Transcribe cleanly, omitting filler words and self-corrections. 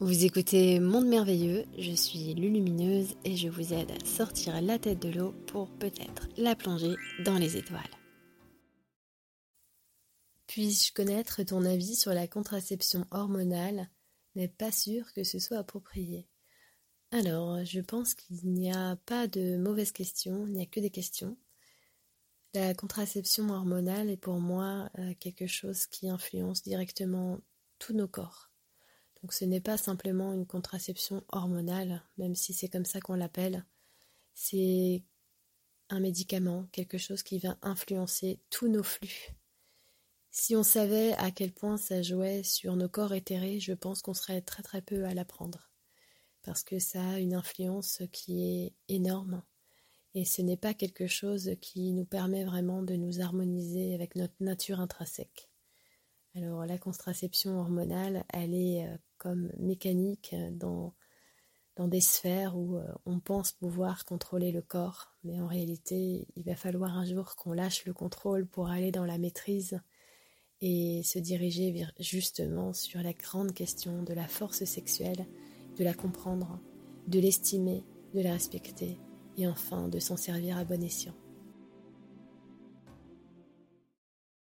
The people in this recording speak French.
Vous écoutez Monde Merveilleux, je suis Lulumineuse et je vous aide à sortir la tête de l'eau pour peut-être la plonger dans les étoiles. Puis-je connaître ton avis sur la contraception hormonale, mais pas sûr que ce soit approprié. Alors, je pense qu'il n'y a pas de mauvaises questions, il n'y a que des questions. La contraception hormonale est pour moi quelque chose qui influence directement tous nos corps. Donc ce n'est pas simplement une contraception hormonale, même si c'est comme ça qu'on l'appelle. C'est un médicament, quelque chose qui va influencer tous nos flux. Si on savait à quel point ça jouait sur nos corps éthérés, je pense qu'on serait très très peu à l'apprendre. Parce que ça a une influence qui est énorme. Et ce n'est pas quelque chose qui nous permet vraiment de nous harmoniser avec notre nature intrinsèque. Alors la contraception hormonale, elle est comme mécanique dans des sphères où on pense pouvoir contrôler le corps, mais en réalité, il va falloir un jour qu'on lâche le contrôle pour aller dans la maîtrise et se diriger justement sur la grande question de la force sexuelle, de la comprendre, de l'estimer, de la respecter et enfin de s'en servir à bon escient.